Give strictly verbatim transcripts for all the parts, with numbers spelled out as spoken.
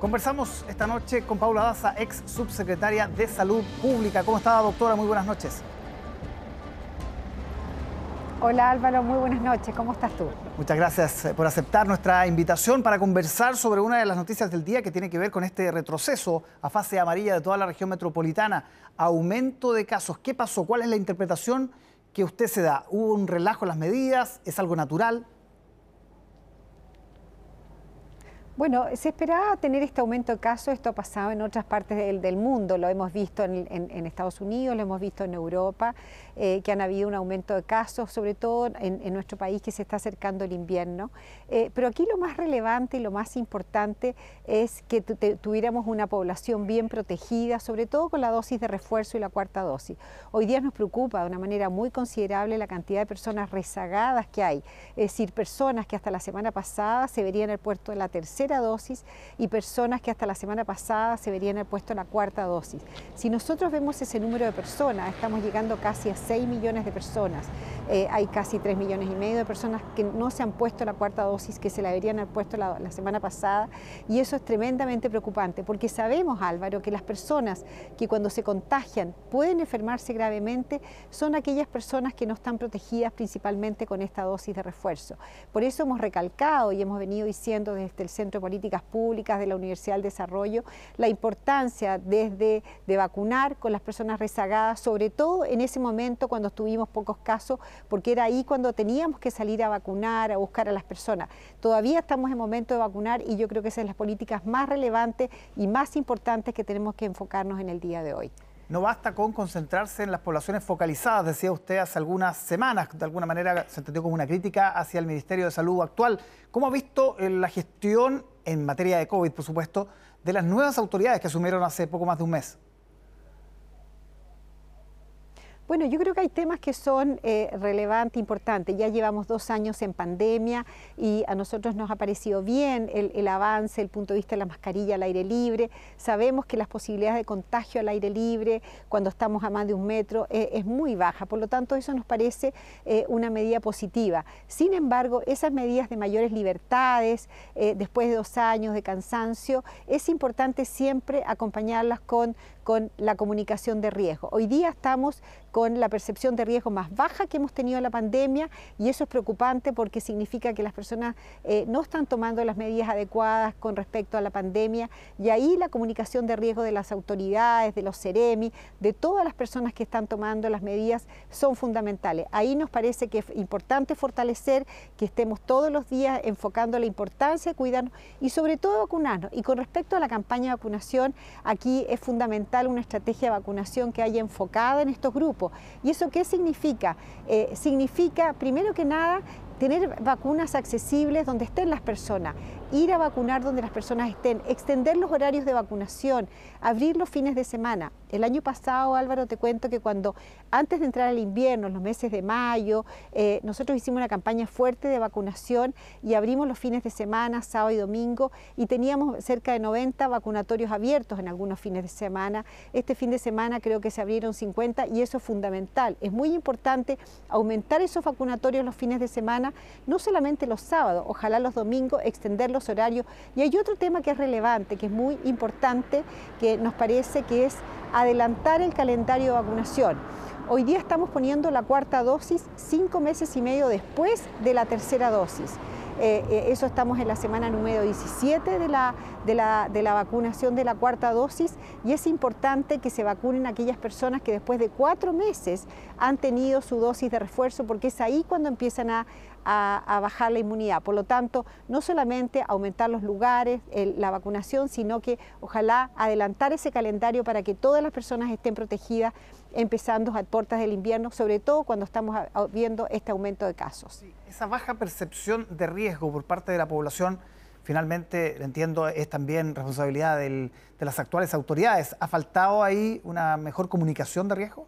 Conversamos esta noche con Paula Daza, ex subsecretaria de Salud Pública. ¿Cómo está, doctora? Muy buenas noches. Hola Álvaro, muy buenas noches. ¿Cómo estás tú? Muchas gracias por aceptar nuestra invitación para conversar sobre una de las noticias del día que tiene que ver con este retroceso a fase amarilla de toda la región metropolitana. Aumento de casos. ¿Qué pasó? ¿Cuál es la interpretación que usted se da? ¿Hubo un relajo en las medidas? ¿Es algo natural? Bueno, se esperaba tener este aumento de casos, esto ha pasado en otras partes del, del mundo, lo hemos visto en, en, en Estados Unidos, lo hemos visto en Europa, eh, que han habido un aumento de casos, sobre todo en, en nuestro país que se está acercando el invierno. Eh, pero aquí lo más relevante y lo más importante es que te, tuviéramos una población bien protegida, sobre todo con la dosis de refuerzo y la cuarta dosis. Hoy día nos preocupa de una manera muy considerable la cantidad de personas rezagadas que hay, es decir, personas que hasta la semana pasada se verían en el puesto de la tercera dosis y personas que hasta la semana pasada se verían el puesto la cuarta dosis. Si nosotros vemos ese número de personas, estamos llegando casi a seis millones de personas, eh, hay casi tres millones y medio de personas que no se han puesto la cuarta dosis, que se la deberían haber puesto la, la semana pasada, y eso es tremendamente preocupante, porque sabemos, Álvaro, que las personas que cuando se contagian pueden enfermarse gravemente son aquellas personas que no están protegidas principalmente con esta dosis de refuerzo. Por eso hemos recalcado y hemos venido diciendo desde el Centro de Políticas Públicas de la Universidad del Desarrollo la importancia desde de vacunar con las personas rezagadas, sobre todo en ese momento cuando tuvimos pocos casos, porque era ahí cuando teníamos que salir a vacunar, a buscar a las personas. Todavía estamos en momento de vacunar y yo creo que esas son las políticas más relevantes y más importantes que tenemos que enfocarnos en el día de hoy. No basta con concentrarse en las poblaciones focalizadas, decía usted hace algunas semanas, de alguna manera se entendió como una crítica hacia el Ministerio de Salud actual. ¿Cómo ha visto la gestión en materia de COVID, por supuesto, de las nuevas autoridades que asumieron hace poco más de un mes? Bueno, yo creo que hay temas que son eh, relevantes, importantes. Ya llevamos dos años en pandemia y a nosotros nos ha parecido bien el, el avance, el punto de vista de la mascarilla al aire libre. Sabemos que las posibilidades de contagio al aire libre, cuando estamos a más de un metro, eh, es muy baja. Por lo tanto, eso nos parece eh, una medida positiva. Sin embargo, esas medidas de mayores libertades, eh, después de dos años de cansancio, es importante siempre acompañarlas con, con la comunicación de riesgo. Hoy día estamos con la percepción de riesgo más baja que hemos tenido en la pandemia y eso es preocupante porque significa que las personas eh, no están tomando las medidas adecuadas con respecto a la pandemia y ahí la comunicación de riesgo de las autoridades, de los Ceremi, de todas las personas que están tomando las medidas son fundamentales. Ahí nos parece que es importante fortalecer, que estemos todos los días enfocando la importancia de cuidarnos y sobre todo vacunarnos. Y con respecto a la campaña de vacunación, aquí es fundamental una estrategia de vacunación que haya enfocada en estos grupos. ¿Y eso qué significa? Eh, significa, primero que nada, tener vacunas accesibles donde estén las personas, ir a vacunar donde las personas estén, extender los horarios de vacunación, abrir los fines de semana. El año pasado, Álvaro, te cuento que cuando antes de entrar al invierno, en los meses de mayo, eh, nosotros hicimos una campaña fuerte de vacunación y abrimos los fines de semana, sábado y domingo, y teníamos cerca de noventa vacunatorios abiertos en algunos fines de semana. Este fin de semana creo que se abrieron cincuenta y eso es fundamental. Es muy importante aumentar esos vacunatorios los fines de semana, no solamente los sábados, ojalá los domingos, extender los horarios. Y hay otro tema que es relevante, que es muy importante, que nos parece que es adelantar el calendario de vacunación. Hoy día estamos poniendo la cuarta dosis cinco meses y medio después de la tercera dosis. Eh, eh, eso estamos en la semana número diecisiete de la, de, la, de la vacunación de la cuarta dosis y es importante que se vacunen aquellas personas que después de cuatro meses han tenido su dosis de refuerzo porque es ahí cuando empiezan a, a, a bajar la inmunidad. Por lo tanto, no solamente aumentar los lugares, el, la vacunación, sino que ojalá adelantar ese calendario para que todas las personas estén protegidas empezando a puertas del invierno, sobre todo cuando estamos viendo este aumento de casos. Sí, esa baja percepción de riesgo por parte de la población, finalmente, entiendo, es también responsabilidad del, de las actuales autoridades. ¿Ha faltado ahí una mejor comunicación de riesgo?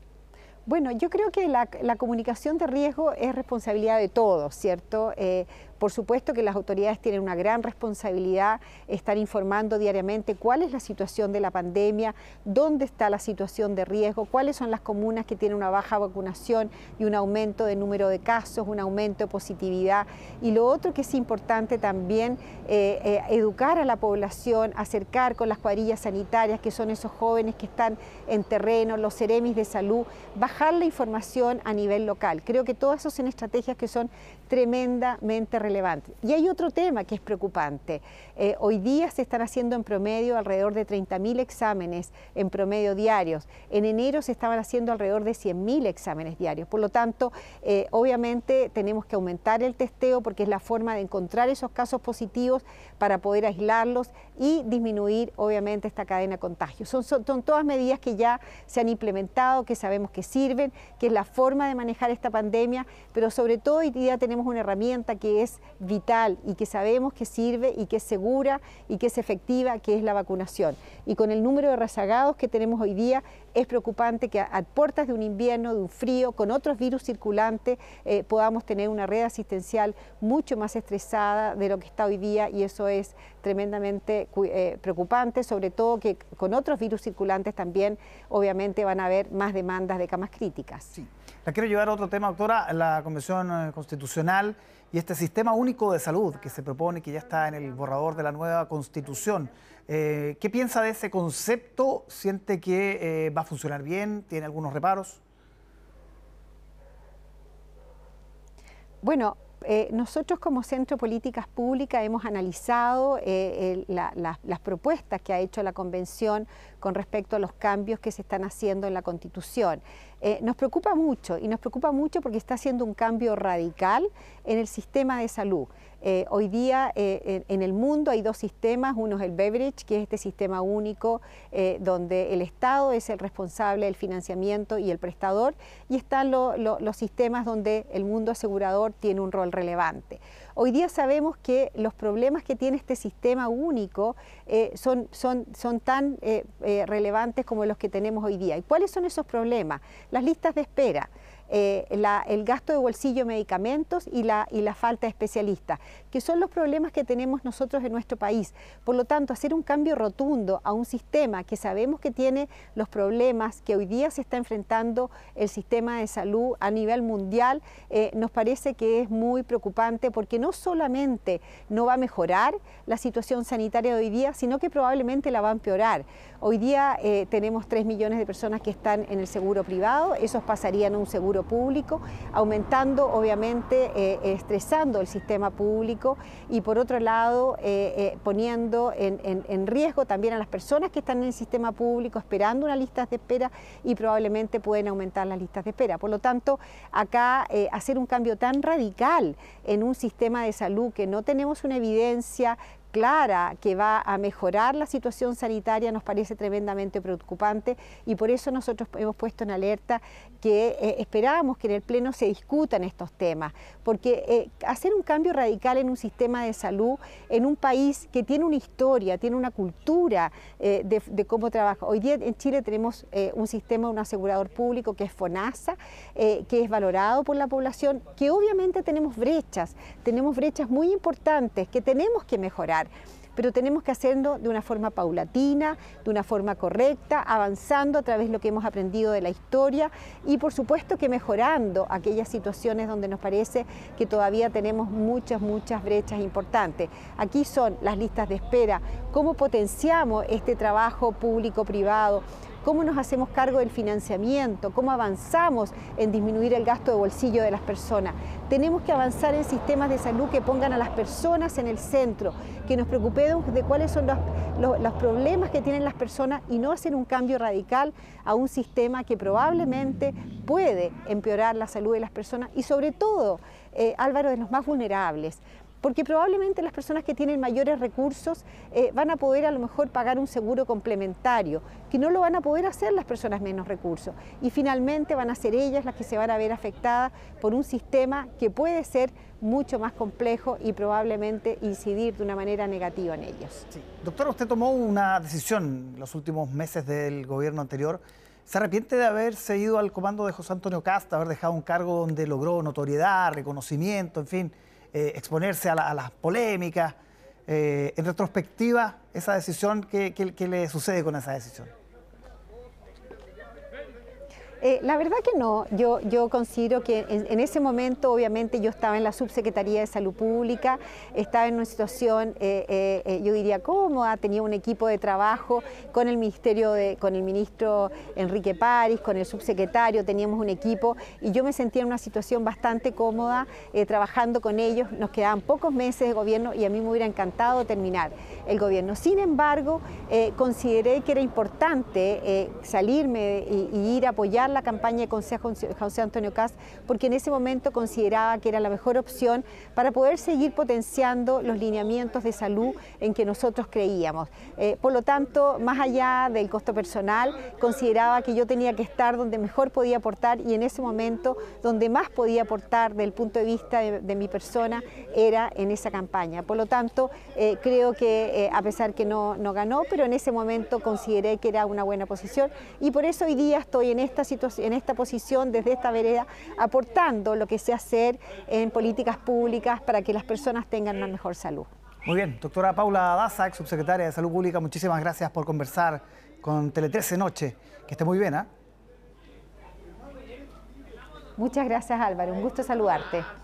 Bueno, yo creo que la, la comunicación de riesgo es responsabilidad de todos, ¿cierto? Eh, Por supuesto que las autoridades tienen una gran responsabilidad, estar informando diariamente cuál es la situación de la pandemia, dónde está la situación de riesgo, cuáles son las comunas que tienen una baja vacunación y un aumento de número de casos, un aumento de positividad. Y lo otro que es importante también, eh, eh, educar a la población, acercar con las cuadrillas sanitarias, que son esos jóvenes que están en terreno, los seremis de salud, bajar la información a nivel local. Creo que todas esas son estrategias que son tremendamente relevantes. Y hay otro tema que es preocupante. Eh, hoy día se están haciendo en promedio alrededor de treinta mil exámenes en promedio diarios. En enero se estaban haciendo alrededor de cien mil exámenes diarios. Por lo tanto, eh, obviamente tenemos que aumentar el testeo porque es la forma de encontrar esos casos positivos para poder aislarlos y disminuir obviamente esta cadena de contagio. Son, son, son todas medidas que ya se han implementado, que sabemos que sirven, que es la forma de manejar esta pandemia, pero sobre todo hoy día tenemos una herramienta que es vital y que sabemos que sirve y que es segura y que es efectiva, que es la vacunación. Y con el número de rezagados que tenemos hoy día, es preocupante que a, a puertas de un invierno, de un frío, con otros virus circulantes, eh, podamos tener una red asistencial mucho más estresada de lo que está hoy día, y eso es tremendamente eh, preocupante, sobre todo que con otros virus circulantes también obviamente van a haber más demandas de camas críticas. Sí. La quiero llevar a otro tema, doctora, la Convención Constitucional y este sistema único de salud que se propone, que ya está en el borrador de la nueva Constitución. Eh, ¿Qué piensa de ese concepto? ¿Siente que eh, va a funcionar bien? ¿Tiene algunos reparos? Bueno, Eh, nosotros como Centro de Políticas Públicas hemos analizado eh, el, la, la, las propuestas que ha hecho la Convención con respecto a los cambios que se están haciendo en la Constitución. Eh, nos preocupa mucho, y nos preocupa mucho porque está haciendo un cambio radical en el sistema de salud. Eh, hoy día eh, en, en el mundo hay dos sistemas, uno es el Beveridge, que es este sistema único eh, donde el Estado es el responsable del financiamiento y el prestador, y están lo, lo, los sistemas donde el mundo asegurador tiene un rol relevante. Hoy día sabemos que los problemas que tiene este sistema único eh, son, son, son tan eh, eh, relevantes como los que tenemos hoy día. ¿Y cuáles son esos problemas? Las listas de espera. Eh, la, el gasto de bolsillo de medicamentos y la, y la falta de especialistas, que son los problemas que tenemos nosotros en nuestro país. Por lo tanto, hacer un cambio rotundo a un sistema que sabemos que tiene los problemas que hoy día se está enfrentando el sistema de salud a nivel mundial, eh, nos parece que es muy preocupante, porque no solamente no va a mejorar la situación sanitaria de hoy día, sino que probablemente la va a empeorar. Hoy día eh, tenemos tres millones de personas que están en el seguro privado, esos pasarían a un seguro público, aumentando obviamente, eh, estresando el sistema público, y por otro lado eh, eh, poniendo en, en, en riesgo también a las personas que están en el sistema público esperando unas listas de espera, y probablemente pueden aumentar las listas de espera. Por lo tanto, acá eh, hacer un cambio tan radical en un sistema de salud que no tenemos una evidencia clara que va a mejorar la situación sanitaria nos parece tremendamente preocupante, y por eso nosotros hemos puesto en alerta que eh, esperamos que en el Pleno se discutan estos temas, porque eh, hacer un cambio radical en un sistema de salud en un país que tiene una historia, tiene una cultura eh, de, de cómo trabaja. Hoy día en Chile tenemos eh, un sistema, un asegurador público que es FONASA, eh, que es valorado por la población, que obviamente tenemos brechas, tenemos brechas muy importantes que tenemos que mejorar, pero tenemos que hacerlo de una forma paulatina, de una forma correcta, avanzando a través de lo que hemos aprendido de la historia, y por supuesto que mejorando aquellas situaciones donde nos parece que todavía tenemos muchas, muchas brechas importantes. Aquí son las listas de espera, cómo potenciamos este trabajo público-privado, cómo nos hacemos cargo del financiamiento, cómo avanzamos en disminuir el gasto de bolsillo de las personas. Tenemos que avanzar en sistemas de salud que pongan a las personas en el centro, que nos preocupemos de cuáles son los, los, los problemas que tienen las personas, y no hacer un cambio radical a un sistema que probablemente puede empeorar la salud de las personas, y sobre todo, eh, Álvaro, de los más vulnerables. Porque probablemente las personas que tienen mayores recursos eh, van a poder a lo mejor pagar un seguro complementario, que no lo van a poder hacer las personas menos recursos. Y finalmente van a ser ellas las que se van a ver afectadas por un sistema que puede ser mucho más complejo y probablemente incidir de una manera negativa en ellos. Sí. Doctora, usted tomó una decisión en los últimos meses del gobierno anterior. ¿Se arrepiente de haberse ido al comando de José Antonio Kast, haber dejado un cargo donde logró notoriedad, reconocimiento, en fin? eh, exponerse a, la, a las polémicas. Eh, en retrospectiva, esa decisión, ¿qué, qué, qué le sucede con esa decisión? Eh, la verdad que no, yo, yo considero que en, en ese momento obviamente yo estaba en la Subsecretaría de Salud Pública, estaba en una situación, eh, eh, eh, yo diría cómoda, tenía un equipo de trabajo con el Ministerio, de, con el ministro Enrique París, con el subsecretario, teníamos un equipo y yo me sentía en una situación bastante cómoda eh, trabajando con ellos, nos quedaban pocos meses de gobierno y a mí me hubiera encantado terminar el gobierno. Sin embargo, eh, consideré que era importante eh, salirme y, y ir a apoyar la campaña de Consejo José Antonio Kast, porque en ese momento consideraba que era la mejor opción para poder seguir potenciando los lineamientos de salud en que nosotros creíamos. Eh, por lo tanto, más allá del costo personal, consideraba que yo tenía que estar donde mejor podía aportar y en ese momento donde más podía aportar desde el punto de vista de, de mi persona era en esa campaña. Por lo tanto, eh, creo que eh, a pesar que no, no ganó, pero en ese momento consideré que era una buena posición y por eso hoy día estoy en esta situación, en esta posición, desde esta vereda, aportando lo que sé hacer en políticas públicas para que las personas tengan una mejor salud. Muy bien, doctora Paula Daza, ex subsecretaria de Salud Pública, muchísimas gracias por conversar con Tele trece Noche. Que esté muy bien, ¿eh? Muchas gracias, Álvaro, un gusto saludarte.